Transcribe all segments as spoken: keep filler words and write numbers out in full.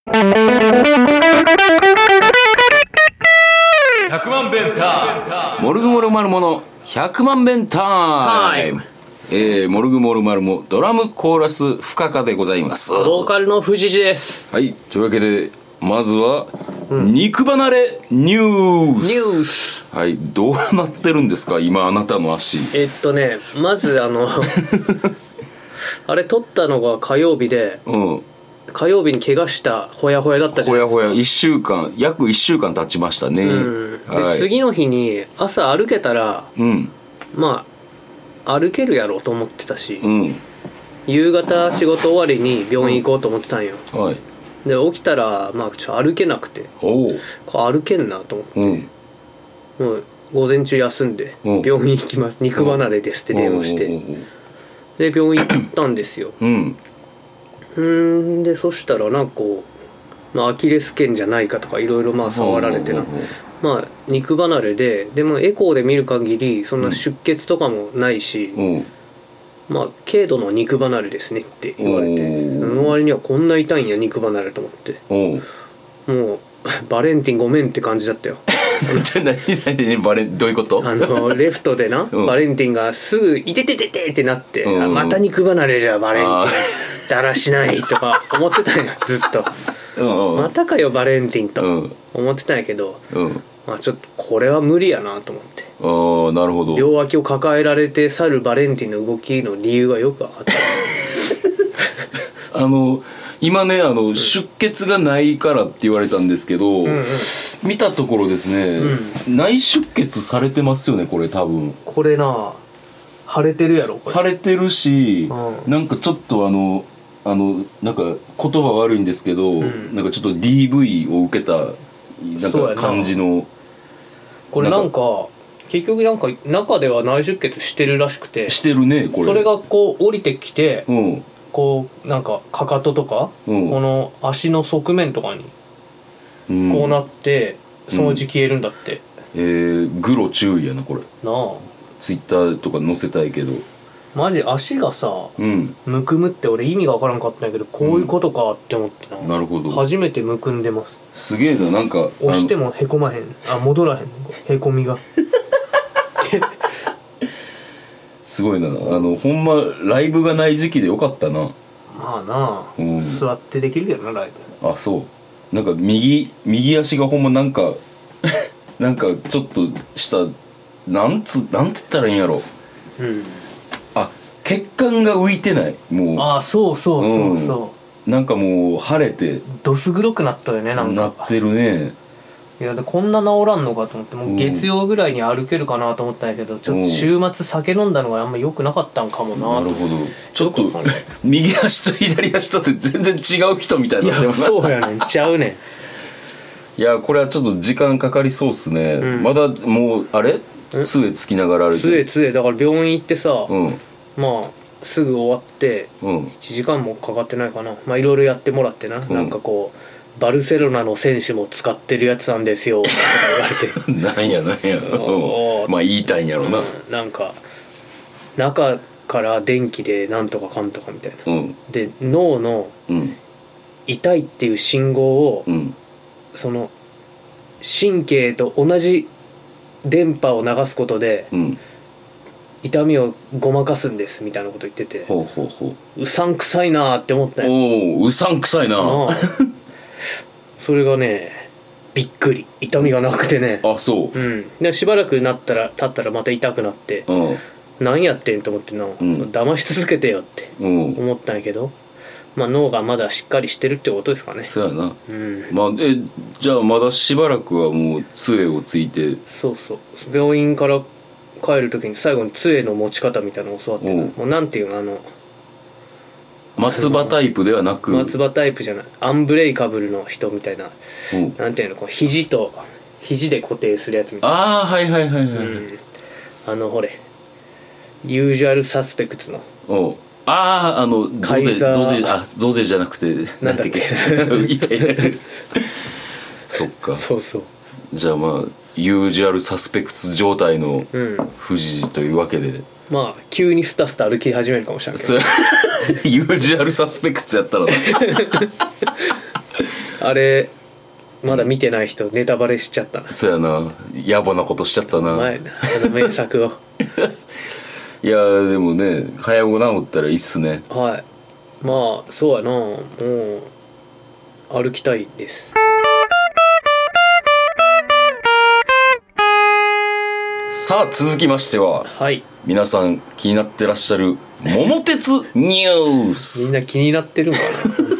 ひゃくまん弁タイム、モルグモルマルモのひゃくまん弁タイム。えー、モルグモルマルモドラムコーラス深川でございます。 ボーカルの藤次です。 はい、というわけでまずは、うん、肉離れニュース。 ニュース。 はい、どうなってるんですか今あなたの足。 えっとね、まずあのあれ撮ったのが火曜日で、うん、火曜日に怪我したほやほやだったじゃないですか。 ほやほやいっしゅうかん、約いっしゅうかん経ちましたね。うん、 で、はい、次の日に朝歩けたら、うん、まあ歩けるやろうと思ってたし、うん、夕方仕事終わりに病院行こうと思ってたんよ、うん、はい、で起きたらまあちょっと歩けなくて、おこれ歩けんなと思って、うん、もう午前中休んで、うん、病院行きます、肉離れですって電話して、うん、で病院行ったんですよ、うん、うんでそしたらなんかこう、まあ、アキレス腱じゃないかとかいろいろまあ触られてな、まあ肉離れで、でもエコーで見る限りそんな出血とかもないし、うん、まあ軽度の肉離れですねって言われて、その割にはこんな痛いんや肉離れと思って、もうバレンティンごめんって感じだったよ。 何何バレどういうこと？ あのレフトでな、うん、バレンティンがすぐいててててってなって、うん、また肉離れじゃバレンティンだらしないとか思ってたんやずっと。うんうん、またかよバレンティンと思ってたんやけど、うん、まあ、ちょっとこれは無理やなと思って、 ああなるほど、 両脇を抱えられて去るバレンティンの動きの理由がよく分かったあの今ねあの、うん、出血がないからって言われたんですけど、うんうん、見たところですね、うん、内出血されてますよねこれ多分。 これな腫れてるやろこれ。 腫れてるし、うん、なんかちょっとあのあのなんか言葉悪いんですけど、うん、なんかちょっと ディーブイ を受けたなんか感じの。 これなんか結局なんか中では内出血してるらしくて、 してるねこれ。 それがこう降りてきて、うん、こうなんかかかととか、うん、この足の側面とかにこうなって、うん、そのうち消えるんだって、 うん、えー、グロ注意やなこれなあ。ツイッターとか載せたいけどマジ足がさ、うん、むくむって俺意味が分からんかったんだけど、こういうことかって思ってな、うん、 なるほど。 初めてむくんでます。 すげえな、なんか押してもへこまへん、あ戻らへんへこみがすごいな。あのほんまライブがない時期でよかったな。 まあな、うん、座ってできるけどなライブ。あそうなんか右右足がほんまなんかなんかちょっとしたなんつなんて言ったらいいんやろ、うん、あ血管が浮いてないもう。 あそうそうそうそう、 うん、なんかもう腫れてどす黒くなったよね。なんかなってるね。 いやでこんな治らんのかと思って、もう月曜ぐらいに歩けるかなと思ったんやけど、うん、ちょっと週末酒飲んだのがあんま良くなかったんかもな。 なるほど。ちょっと右足と左足とって全然違う人みたいな。 いやそうやねんちゃうねん。いやこれはちょっと時間かかりそうっすね、うん、まだもうあれ杖つきながら歩いて杖杖だから病院行ってさ、うん、まあすぐ終わって、うん、いちじかんもかかってないかな。まあいろいろやってもらってな、うん、なんかこうバルセロナの選手も使ってるやつなんですよとか言われてなんやなんや、うん、まあ言いたいんやろうな、うん、 なんか中から電気でなんとかかんとかみたいな、うん、で脳の痛いっていう信号を、うん、その神経と同じ電波を流すことで、うん、痛みをごまかすんですみたいなこと言ってて、ほうほうほう、うさんくさいなって思ったよ。 おおうさんくさいなそれがねびっくり、痛みがなくてね。 あそう、 うん、でしばらくなったら経ったらまた痛くなって、うん、何やってんと思ってな、うん、騙し続けてよって思ったんやけど、まあ、脳がまだしっかりしてるってことですかね。 そうやな、うん、まあ、えじゃあまだしばらくはもう杖をついて。 そうそう、病院から帰る時に最後に杖の持ち方みたいなのを教わって、もうなんていうの、あの松葉タイプではなく、 松葉タイプじゃない、アンブレイカブルの人みたいな、なんていうの、こう肘と肘で固定するやつみたいな。 ああはいはいはいはい、うん、 あのほれユージュアルサスペクツの、おあああの増税増税あ増税じゃなくてなんだっけ痛いねそっか。 そうそう。 じゃあまあユージュアルサスペクツ状態の藤次というわけで、うん、 まあ急にスタスタ歩き始めるかもしれないけどユージュアルサスペクツやったらあれまだ見てない人ネタバレしちゃったな。 そうやな、野暮なことしちゃったな。 前なあの名作をいやでもね早く治ったらいいっすね。 はい、まあそうやな、もう歩きたいです。 さあ続きましては、 はい、 皆さん気になってらっしゃる桃鉄ニュースみんな気になってるんかな本当に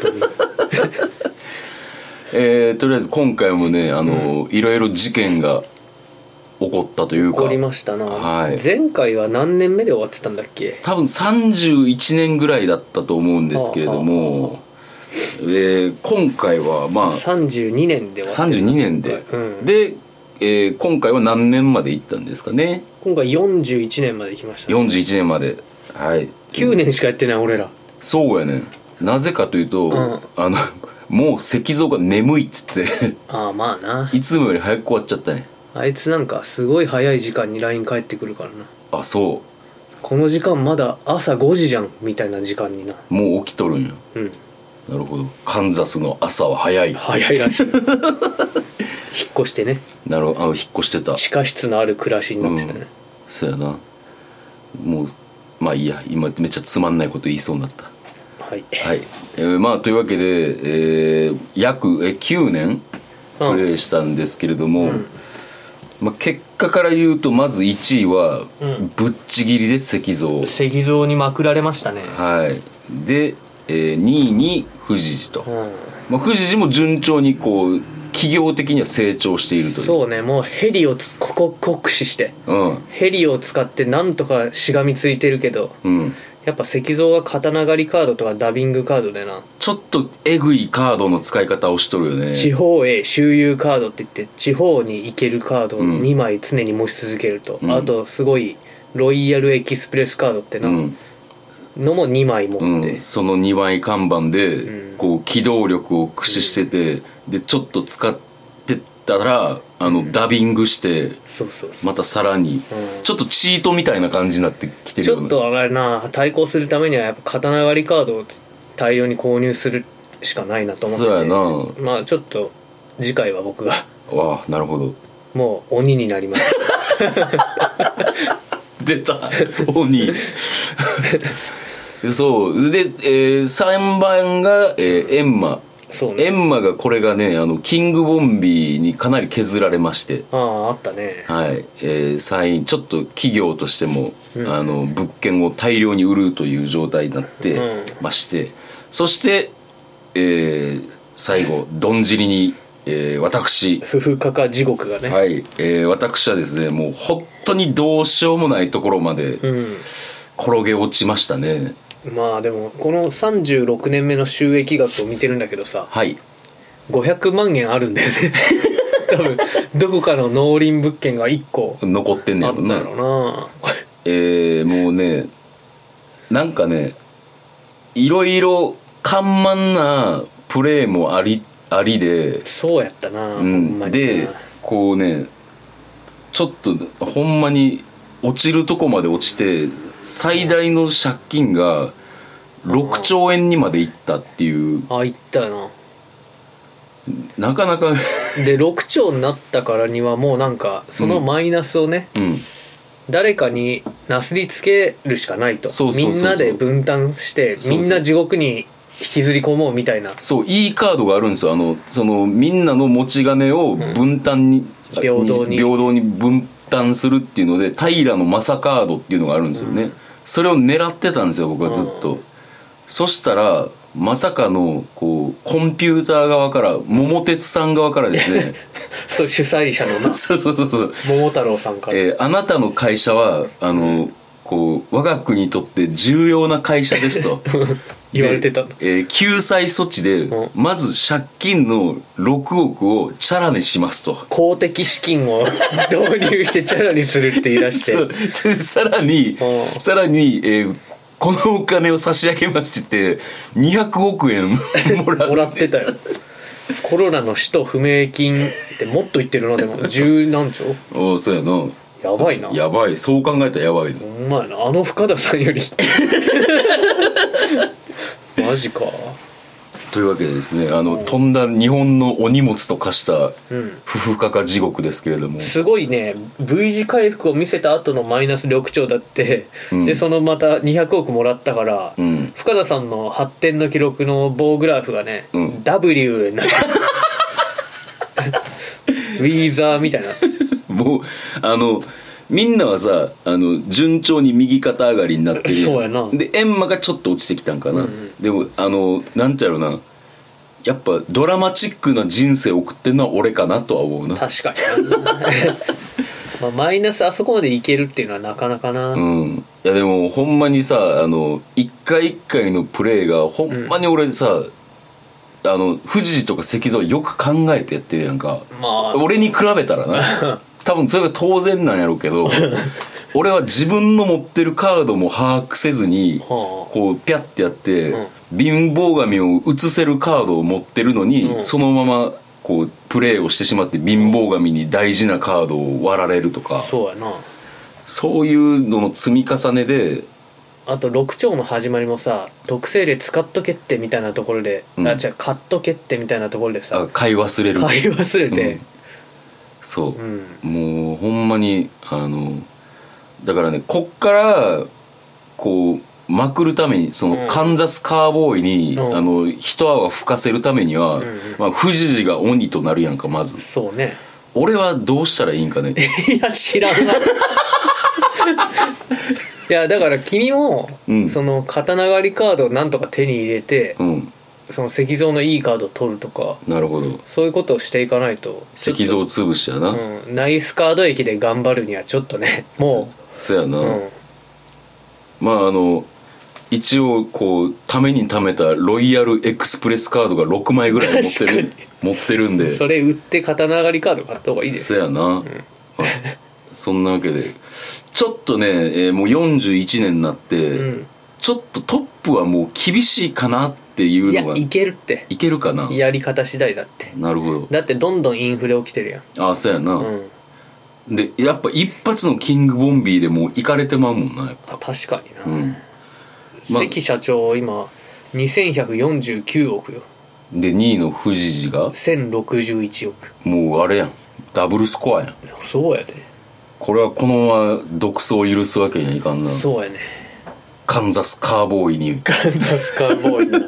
えー、とりあえず今回もねあの、うん、いろいろ事件が起こったというか起こりましたな、 はい、 前回は何年目で終わってたんだっけ。 多分さんじゅういちねんぐらいだったと思うんですけれども、はあはあ、えー、今回はまあさんじゅうにねんで終わってる。 さんじゅうにねんで、うん、で、えー、今回は何年まで行ったんですかね。 今回よんじゅういちねんまで行きました、ね、 よんじゅういちねんまで、はい、 きゅうねんしかやってない俺ら。 そうやね。なぜかというと、うん、あのもう石像が眠いっつってああまあないつもより早く終わっちゃったね。 あいつなんかすごい早い時間に ライン 返ってくるからな。 あ、そう。 この時間まだ朝ごじじゃんみたいな時間にな。 もう起きとるんや。 うん。 なるほど。カンザスの朝は早い。 早いらしい引っ越してね。 なるほど。あの引っ越してた。 地下室のある暮らしになってたね、うん、 そうやな。もうまあいいや、今めっちゃつまんないこと言いそうになった。 はい、 はい。えー、まあというわけで、えー、約えきゅうねんプレイしたんですけれども、うん、まあ、結果から言うとまずいちいはぶっちぎりで石像、うん、 石像にまくられましたね。 はい。で、えー、にいに富士寺と、うん、まあ、富士寺も順調にこう企業的には成長しているという。 そうね、もうヘリをつここ酷使して、うん、ヘリを使ってなんとかしがみついてるけど、うん、やっぱ石像が刀狩りカードとかダビングカードでな、 ちょっとエグいカードの使い方をしとるよね。 地方へ周遊カードって言って地方に行けるカードをにまい常に持ち続けると、うん、あとすごいロイヤルエキスプレスカードってな、うん、のもにまい持って、 うん、そのにまい看板で、うん、こう機動力を駆使してて、うん、でちょっと使ってたらあの、うん、ダビングして、 そうそうそう、 またさらに、うん、ちょっとチートみたいな感じになってきてるよね。 ちょっとあれな、対抗するためにはやっぱ刀狩りカードを大量に購入するしかないなと思って、 そうやな。 まあちょっと次回は僕がわあ、なるほど、 もう鬼になります出た鬼そうで、えー、さんばんが、えー、エンマ。そうね、エンマがこれがね、あのキングボンビーにかなり削られまして、 ああ、あったね。 はい、えー、さんいちょっと企業としても、うん、あの物件を大量に売るという状態になってまして、うん、そして、えー、最後どんじりに、えー、私夫婦かか地獄がね、 はい、えー、私はですね、もう本当にどうしようもないところまで転げ落ちましたね。 まあでもこのさんじゅうろくねんめの収益額を見てるんだけどさ、 はい、 ごひゃくまんえんあるんだよね多分どこかの農林物件がいっこ残ってんねやろな。 あったろうなえー、もうね、なんかね、いろいろ緩慢なプレーもありありで、 そうやったな、 うん、 ほんまにな。 でこうね、ちょっとほんまに落ちるとこまで落ちて最大の借金がろくちょうえんにまでいったっていう。 あ、いったよな。なかなかでろくちょうになったからにはもうなんかそのマイナスをね、うんうん、誰かになすりつけるしかないと。 そうそうそうそう、 みんなで分担してみんな地獄に引きずり込もうみたいな。 そう、いいカードがあるんですよ。あのそのみんなの持ち金を分担に、 うん、平等に平等に分担するっていうので平の正カードっていうのがあるんですよね、うん、それを狙ってたんですよ僕はずっと、うん、そしたらまさかのこうコンピューター側から桃鉄さん側からですねそう、主催者のなそうそうそうそう、 桃太郎さんから、 えー、あなたの会社はあの、うん、こう我が国にとって重要な会社ですと言われてたの、 えー、救済措置で、うん、まず借金のろくおくをチャラにしますと。 公的資金を導入してチャラにするって言い出してさらに、うん、さらに、えー、このお金を差し上げますって言ってにひゃくおくえんもらってもらってたよ。コロナの使途不明金ってもっと言ってるな。でも十何兆。 お、そうやな。 やばいな。 やばい、そう考えたらやばいな。 ほんまやな、あの深田さんよりマジか。 というわけでですね、あの飛んだ日本のお荷物と化した夫婦化か地獄ですけれども、うん、 すごいね V 字回復を見せた後のマイナスろくちょうだって、うん、でそのまたにひゃくおくもらったから、うん、深田さんの発展の記録の棒グラフがね、うん、W になってウィーザーみたいなもうあのみんなはさあの順調に右肩上がりになってるやん。 そうやな。 でエンマがちょっと落ちてきたんかな、うんうん、でもあのなんてやろうな、やっぱドラマチックな人生を送ってるのは俺かなとは思うな。 確かにまあマイナスあそこまでいけるっていうのはなかなかな。 うん。いやでもほんまにさあの一回一回のプレーがほんまに俺さ、うん、あの富士とか石像よく考えてやってるやんか、まあ、俺に比べたらな多分それが当然なんやろうけど俺は自分の持ってるカードも把握せずにこうピャッてやって、うん、貧乏神を移せるカードを持ってるのに、うん、そのままこうプレーをしてしまって貧乏神に大事なカードを割られるとか、 そうやな。 そういうのの積み重ねで、 あとろくちょうの始まりもさ特性で使っとけってみたいなところで、うん、あ違う買っとけってみたいなところでさ買い忘れる買い忘れて、うん、 そう、うん、もうほんまにあのだからねこっからこうまくるためにその、うん、カンザスカーボーイに、うん、あの一泡吹かせるためには、うんうん、まあ、富士寺が鬼となるやんかまず。 そうね。 俺はどうしたらいいんかねいや知らんないやだから君も、うん、その刀狩りカードをなんとか手に入れて、うん、その石像のいいカードを取るとか、 なるほど、 そういうことをしていかないと石像潰しやな、 うん、ナイスカード駅で頑張るにはちょっとねもうそやな、うん、まああの一応こうためにためたロイヤルエクスプレスカードがろくまいぐらい持ってる持ってるんで、 それ売って刀狩りカード買った方がいいですよ。そやな、うん、まあ、そんなわけでちょっとね、えー、もうよんじゅういちねんになって、うん、ちょっとトップはもう厳しいかなっていうのが。 いやいけるっていけるかな、 やり方次第だって。 なるほど。 だってどんどんインフレ起きてるやん。 ああそうやな、うん、でやっぱ一発のキングボンビーでもういかれてまうもんなやっぱ。 あ確かにな、うん、関社長今にせんひゃくよんじゅうきゅうおくよ。 でにいの富士寺がせんろくじゅういちおく。 もうあれやん、ダブルスコアやん。 そうやで。これはこのまま独走を許すわけにはいかんな。 そうやね。 カンザスカーボーイにカンザスカーボーイに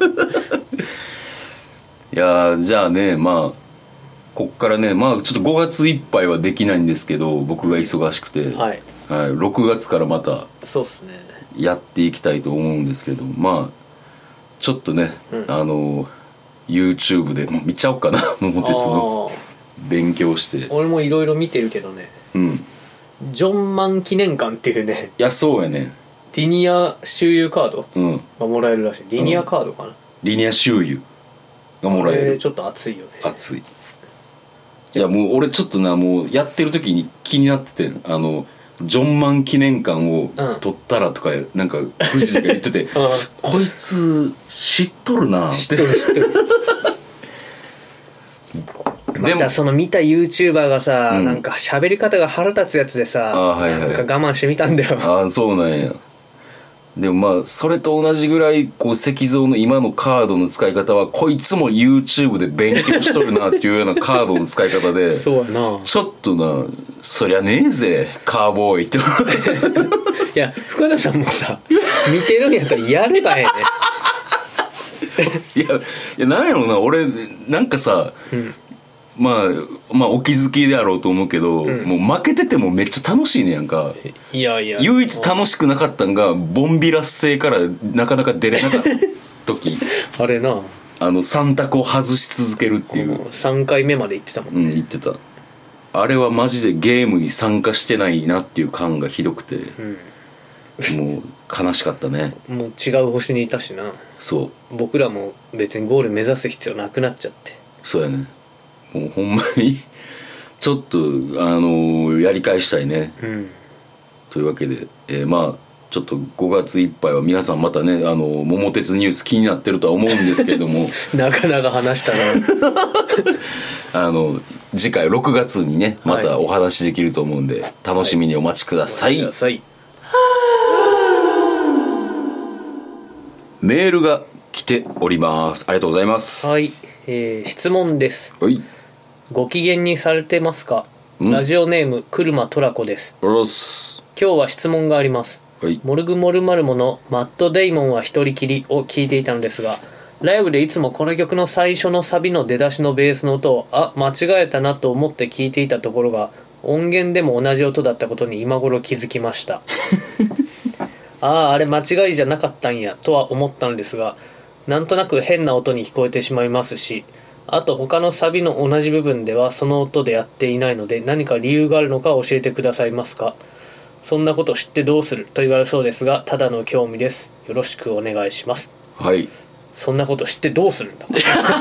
いやじゃあね、まあこっからね、まあちょっとごがついっぱいはできないんですけど僕が忙しくて、はいはい、ろくがつからまたそうっすねやっていきたいと思うんですけど、まあちょっとね、うん、あの YouTube で見ちゃおうかな桃鉄の勉強して。 俺もいろいろ見てるけどね、うん、ジョンマン記念館っていうね、 いやそうやね、 リニア周遊カードがもらえるらしい、うん、リニアカードかな、うん、 リニア周遊がもらえる。 ちょっと熱いよね。 熱い。いやもう俺ちょっとなもうやってる時に気になってて、あのジョンマン記念館を取ったらとか、うん、なんか富士が言ってて、うん、こいつ知っとるなって。知っとる知っとるでもまたその見た YouTuber がさ、うん、なんか喋り方が腹立つやつでさ、あ、はいはい、なんか我慢してみたんだよ。 ああそうなんや。でもまあそれと同じぐらいこう石像の今のカードの使い方はこいつも YouTube で勉強しとるなっていうようなカードの使い方でそうやな、 ちょっとなそりゃねえぜカーボーイっていや深田さんもさ見てるんやったらやればええねいやいやなんやろな、俺なんかさ、うん、まあまあお気づきであろうと思うけど、うん、もう負けててもめっちゃ楽しいねやんか。 いやいや唯一楽しくなかったんがボンビラス星からなかなか出れなかった時あれな、 あのさん択を外し続けるっていう、 さんかいめまで行ってたもんね。 うん言ってた。あれはマジでゲームに参加してないなっていう感がひどくて、うん、もう悲しかったね。 もう違う星にいたしな。 そう僕らも別にゴール目指す必要なくなっちゃって。 そうやね、もうほんまにちょっとあのー、やり返したいね、うん、というわけで、えー、まあちょっとごがついっぱいは皆さんまたね、あのー、桃鉄ニュース気になってるとは思うんですけれどもなかなか話したなあの次回ろくがつにねまたお話できると思うんで、はい、楽しみにお待ちください、 はい、 メールが来ております。ありがとうございます。 はい、えー、質問です。 はい。 ご機嫌にされてますか？ラジオネーム車トラコです。 おろす。 今日は質問があります。 はい、 モルグモルマルモのマット・デイモンは一人きりを聞いていたのですが、ライブでいつもこの曲の最初のサビの出だしのベースの音をあ間違えたなと思って聞いていたところが音源でも同じ音だったことに今頃気づきましたあああれ間違いじゃなかったんやとは思ったのですが、なんとなく変な音に聞こえてしまいますし、あと他のサビの同じ部分ではその音でやっていないので、何か理由があるのか教えてくださいますか？そんなこと知ってどうすると言われそうですが、ただの興味です。よろしくお願いします。 はい。 そんなこと知ってどうするんだ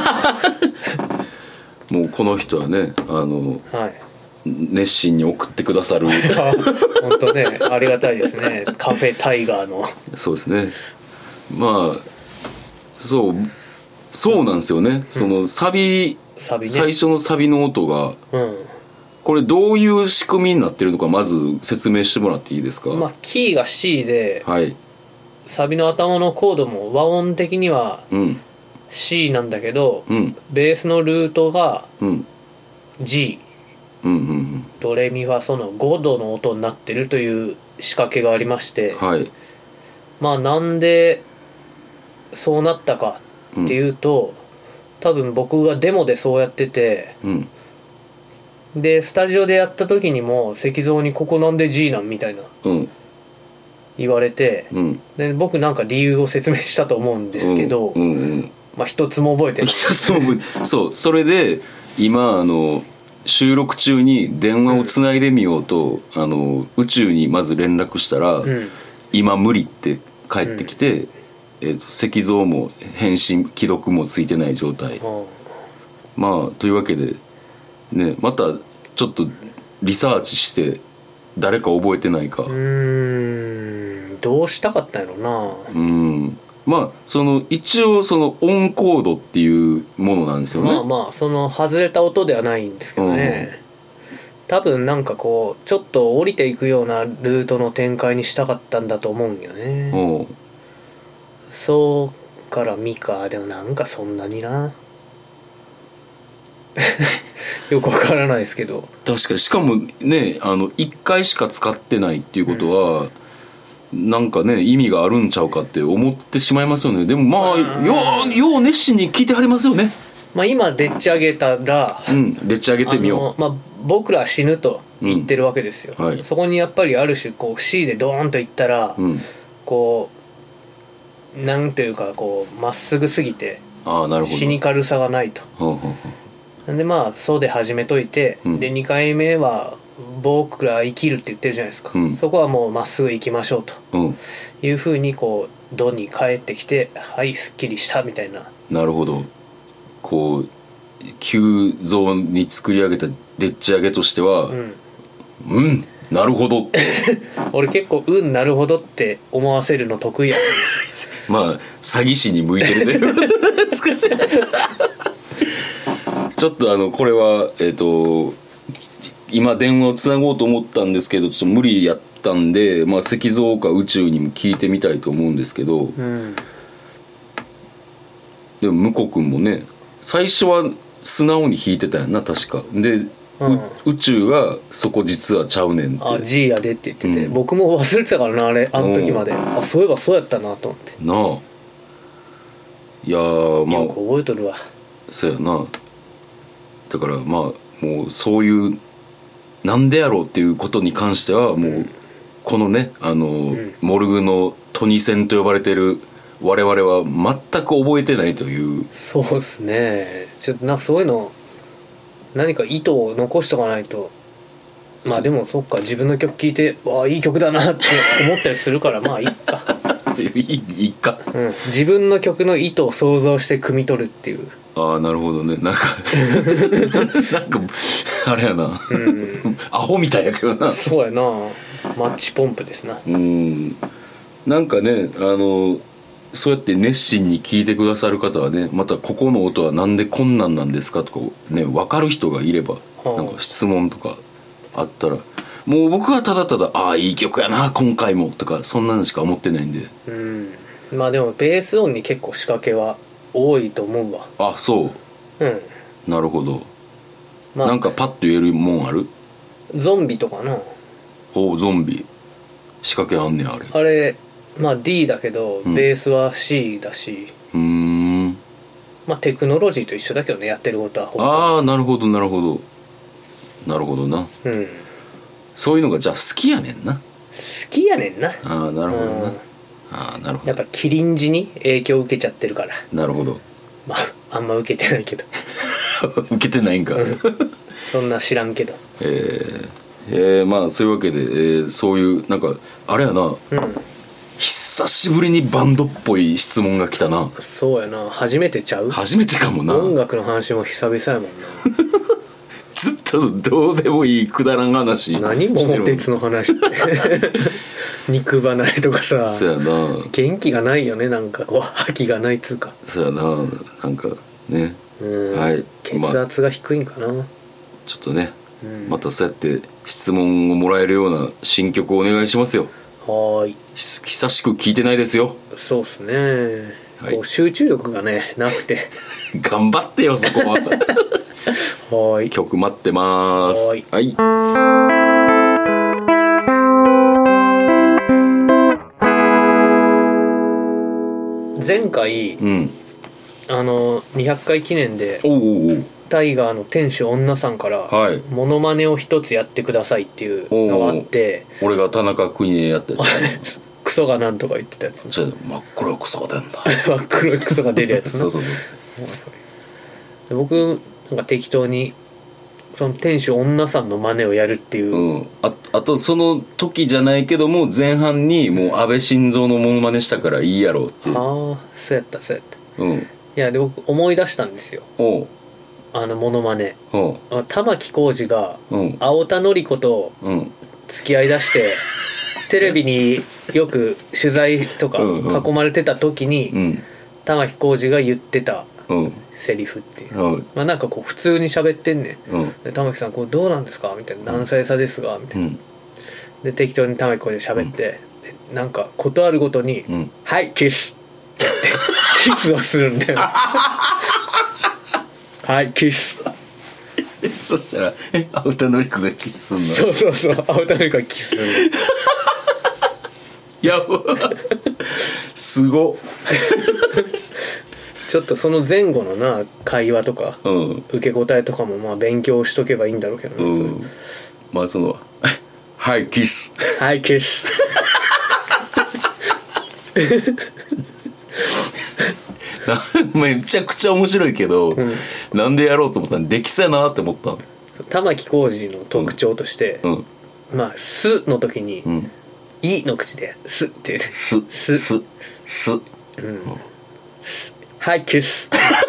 もうこの人はね、あの、はい、熱心に送ってくださる本当ね、ありがたいですね。カフェタイガーの。 そうですね。まあそうそうなんですよね、うん、そのサビ、サビね、最初のサビの音が、うん、これどういう仕組みになってるのかまず説明してもらっていいですか？ まあキーが C で、 はい、 サビの頭のコードも和音的には C なんだけど、うん、ベースのルートが G、うんうんうん、ドレミファソのごどの音になってるという仕掛けがありまして、はい、まあなんでそうなったかっていうと、うん、多分僕がデモでそうやってて、うん、でスタジオでやった時にも石像にここなんで G なんみたいな、うん、言われて、うん、で僕なんか理由を説明したと思うんですけど、うんうんうん、まあ一つも覚えてない一つも覚えてないそうそれで今あの収録中に電話をつないでみようと、うん、あの宇宙にまず連絡したら、うん、今無理って帰ってきて、うん、えーと、石像も返信既読もついてない状態、うん、まあというわけでね、またちょっとリサーチして誰か覚えてないか。うーん、どうしたかったんやろな。 うん、まあその一応そのオンコードっていうものなんですよね。 まあまあその外れた音ではないんですけどね、うん、多分なんかこうちょっと降りていくようなルートの展開にしたかったんだと思うんよね。うん、そうからミカでもなんかそんなになよくわからないですけど、 確かにしかもねあのいっかいしか使ってないっていうことは、うん、なんかね意味があるんちゃうかって思ってしまいますよね。でもまあよう、よう熱心に聞いてはりますよね。 まあ今でっち上げたら、 うん、でっち上げてみよう。まあ、僕らは死ぬと言ってるわけですよ、うんはい、そこにやっぱりある種こう C でドーンといったら、うん、こうなんていうかこうまっすぐすぎてあなるほどシニカルさがないと。ほうほうほう。なんでまあそうで始めといて、うん、でにかいめは僕ら生きるって言ってるじゃないですか、うん、そこはもうまっすぐ行きましょうと、うん、いうふうにこうドに帰ってきてはいすっきりしたみたいな。 なるほど。こう急増に作り上げたでっち上げとしてはうん、うん、なるほどって俺結構うんなるほどって思わせるの得意やまあ詐欺師に向いてるねちょっとあのこれはえっと今電話をつなごうと思ったんですけどちょっと無理やったんで、まあ、石像か宇宙にも聞いてみたいと思うんですけど、うん、でも向こう君もね最初は素直に弾いてたやんな確かで、うん、宇宙がそこ実はちゃうねんって。 あ G やでって言ってて、うん、僕も忘れてたからなあれあの時まで、うん、あそういえばそうやったなと思ってなあ。いやまあよく覚えとるわ。 そうやな。だからまあもうそういうなんでやろうっていうことに関してはもうこのねあの、うん、モルグのトニセンと呼ばれてる我々は全く覚えてないという。 そうですね。ちょっとなんかそういうの何か意図を残しとかないと。まあでもそっか自分の曲聴いてわあいい曲だなって思ったりするからまあいいかいい, いいか、 うん、自分の曲の意図を想像して汲み取るっていう。 ああなるほどね。なんかなんかあれやな、うん、アホみたいやけどな。 そうやな。マッチポンプですな。 うんなんかねあのそうやって熱心に聞いてくださる方はねまたここの音はなんでこんなんなんですかとかね分かる人がいれば、はあ、なんか質問とかあったらもう僕はただただああいい曲やな今回もとかそんなのしか思ってないんで、うん、 まあでもベース音に結構仕掛けは多いと思うわ。 あ、そう。うん。なるほど。まあ、なんかパッと言えるもんある？ ゾンビとかな。 お、ゾンビ仕掛けあんねんあれ。 あれまあ D だけど、うん、ベースは C だし。うーん。まあテクノロジーと一緒だけどね、やってることは。 ああ、なるほどなるほどなるほどな。うん。そういうのがじゃあ好きやねんな。 好きやねんな。 ああ、なるほどな。うん、ああ、なるほど。 やっぱキリンジに影響を受けちゃってるから。 なるほど。 まああんま受けてないけど。 受けてないんか。 そんな知らんけど。 えー、えー、まあそういうわけで、えー、そういうなんかあれやな、うん、久しぶりにバンドっぽい質問が来たな。 そうやな、初めてちゃう？ 初めてかもな。 音楽の話も久々やもんな。 ずっとどうでもいいくだらん話。 何桃鉄の話って肉離れとかさ。 そうやな、 元気がないよね、なんか覇気がないっつうか。 そうやな、なんかね、うん、はい、 血圧が低いんかな、まあ、 ちょっとね、うん、またそうやって質問をもらえるような新曲をお願いしますよ。 はい。 久しく聞いてないですよ。 そうっすね、はい、こう集中力がねなくて頑張ってよそこは。 はい、 曲待ってます。はい、はい。 前回、うん、あのにひゃっかい記念でおうおうおうタイガーの店主女さんから、はい、モノマネを一つやってくださいっていうのがあって、 俺が田中邦衛やってたクソがなんとか言ってたやつ。 真っ黒いクソが出るんだ。 真っ黒いクソが出るやつ。 そうそうそう。 僕なんか適当にその店主女さんの真似をやるっていう、 うん、あ, あとその時じゃないけども前半にもう安倍晋三のモノマネしたからいいやろっていう。 ああ、そうやったそうやった。うん。いやで僕思い出したんですよ。おう。あのモノマネ。おう。玉置浩二が青田典子と付き合いだして、うん、テレビによく取材とか囲まれてた時に、うんうん、玉置浩二が言ってた。うんセリフっていう、うん、まあなんかこう普通に喋ってんねん、うん、で玉木さんこうどうなんですかみたいな、何歳差ですがみたいな、うん、で適当に玉木こうで喋って、うん、でなんかことあるごとに、うん、はいキスってキスをするんだよはいキスそしたら青田典子がキスすんの。 そうそうそう、青田典子がキスするのやばすごちょっとその前後のな会話とか、うん、受け答えとかもまあ勉強しとけばいいんだろうけどね、うん、 まあそのはいキスはいキスめちゃくちゃ面白いけど、うん、なんでやろうと思ったらできそうやなって思ったの。 玉置浩二の特徴として、うん、まあ「す」の時に「うん、い」の口で「す」って言うね。 すすすす、うん、 すはいキス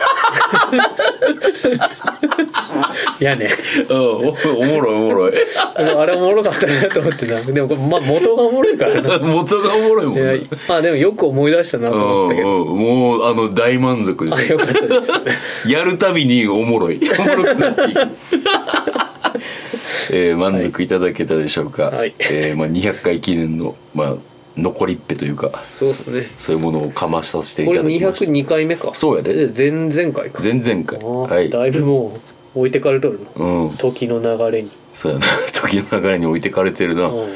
やねうん、おもろいおもろいあれおもろかったなと思ってな。でもこれ、まあ、元がおもろいからな元がおもろいもんね。 まあでもよく思い出したなと思ったけど、 うん、もうあの大満足です。あ、よかったですやるたびにおもろいおもろくなっていくえー、満足いただけたでしょうか。はい、えーまあ、にひゃっかい記念のまあ残りっぺというか、 そうですね、 そういうものをかまさせていただきました。 これにひゃくにかいめか。 そうやで、 前々回か。 前々回、 はい、だいぶもう置いてかれとるの、うん、時の流れに。 そうやな時の流れに置いてかれてるな、うん、はい、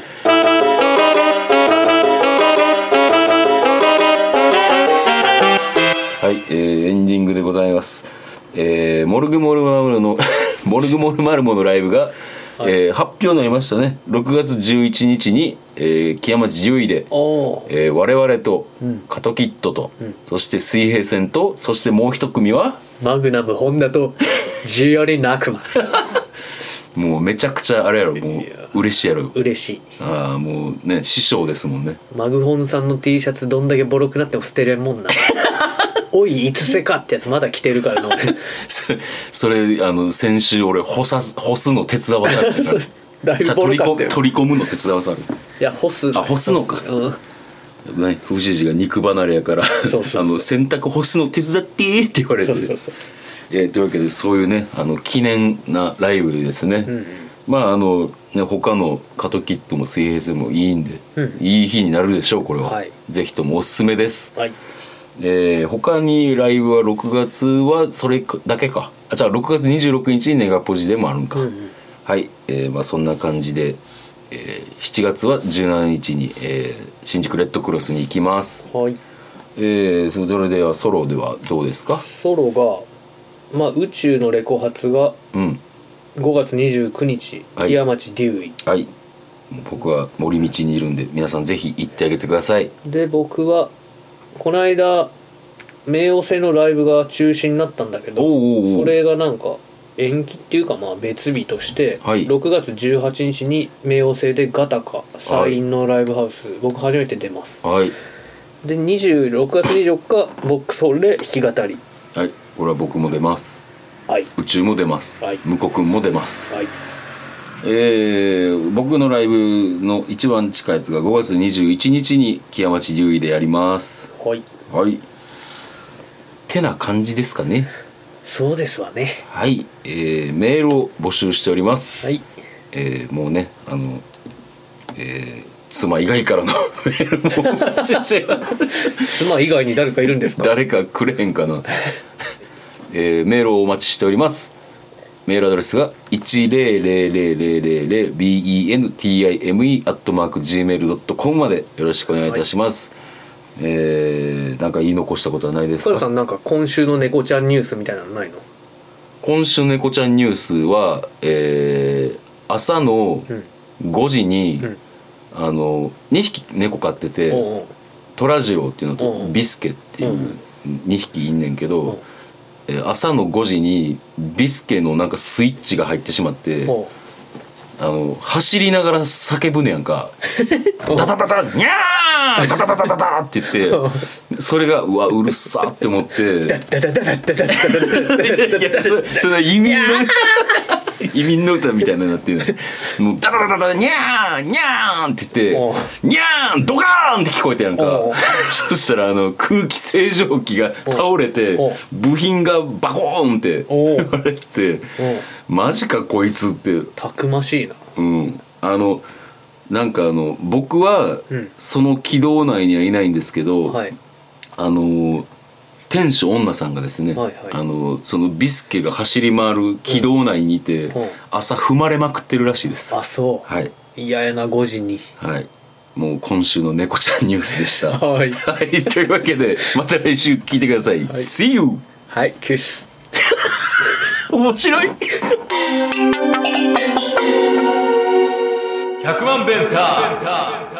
えー、エンディングでございます。えー、モルグモルマルモのモルグモルマルモのライブが、はい、えー、発表になりましたね。ろくがつじゅういちにちに、えー、木屋町じゅういで、えー、我々と、うん、カトキットと、うん、そして水平線と、そしてもう一組はマグナムホンダとジュアリナクマもうめちゃくちゃあれやろ、もう嬉しいやろ。 嬉しい。 ああ、もうね、師匠ですもんね。 マグホンさんの T シャツどんだけボロくなっても捨てれんもんなおいいつせかってやつまだ着てるからな俺それあの先週俺干さ干すの手伝わされてるだいぶボロかったよ。取り込むの手伝わされる。 いや干す、 あ干すのか、うん、ね、藤士が肉離れやからそうそうそうあの洗濯干すの手伝ってって言われて、そうそうそう、えー、というわけでそういうね、あの記念なライブですね、うん、 まああのね他のカトキットも水平線もいいんで、うん、いい日になるでしょうこれは、はい、ぜひともおすすめです、はい。えー、他にライブはろくがつはそれだけか。あ、じゃあろくがつにじゅうろくにちにネガポジでもあるんか、うんうん、はい、えー、まあそんな感じで、えー、しちがつはじゅうしちにちに、えー、新宿レッドクロスに行きます。はい。えー、それではソロではどうですか？ ソロが、まあ、宇宙のレコ発がごがつにじゅうくにち、うん、木屋町デューイ、 はい、僕は森道にいるんで皆さんぜひ行ってあげてください。 で僕はこの間冥王星のライブが中止になったんだけど、おうおうおう、それがなんか延期っていうかまあ別日として、はい、ろくがつじゅうはちにちに冥王星でガタカサインのライブハウス、はい、僕初めて出ます、はい。でろくがつにじゅうよっかボックスホールで弾き語り、 はい、これは僕も出ます、はい、宇宙も出ます、はい、向こくんも出ます、はい。えー、僕のライブの一番近いやつがごがつにじゅういちにちに木屋町デューイでやります。はいはい。てな感じですかね。 そうですわね。 はい、えー、メールを募集しております。はい。えー、もうねあの、えー、妻以外からのメールもお待ちしています。 妻以外に誰かいるんですか？ 誰かくれへんかな。えー、メールをお待ちしております。メールアドレスが いちゼロゼロゼロゼロゼロゼロ ビーイーエヌティーアイエムイー アットマーク ジーメールドットコム までよろしくお願いいたします。はい。えー、なんか言い残したことはないですか？ ソさんなんか今週の猫ちゃんニュースみたいなのないの？ 今週の猫ちゃんニュースは、えー、朝のごじに、うん、あのにひき猫飼ってて、おうおう、トラジローっていうのと、おうおう、ビスケっていうにひきいんねんけど、おう、えー、朝のごじにビスケのなんかスイッチが入ってしまって、おう、あの走りながら叫ぶねやんか。ダダダダニャーダダダダダダって言ってそれがうわうるさって思ってダダダダダダダダダダ、それ移民の移民の歌みたいになってる。もうダダダダダニャーニャーって言ってニャードカーンって聞こえてやんか。そしたらあの空気清浄機が倒れて部品がバコーンって割れて、マジかこいつって。 たくましいな。 うん、あのなんかあの僕はその軌道内にはいないんですけど、うん、はい、あの店主女さんがですね、はいはい、あのそのビスケが走り回る軌道内にいて、うんうん、朝踏まれまくってるらしいです。 あ、そう。はい。嫌やなごじに。 はい。もう今週の猫ちゃんニュースでした。はい、はい。というわけでまた来週聞いてください。はい、See you。 はい、キス。 面白い。ひゃくまんベンター。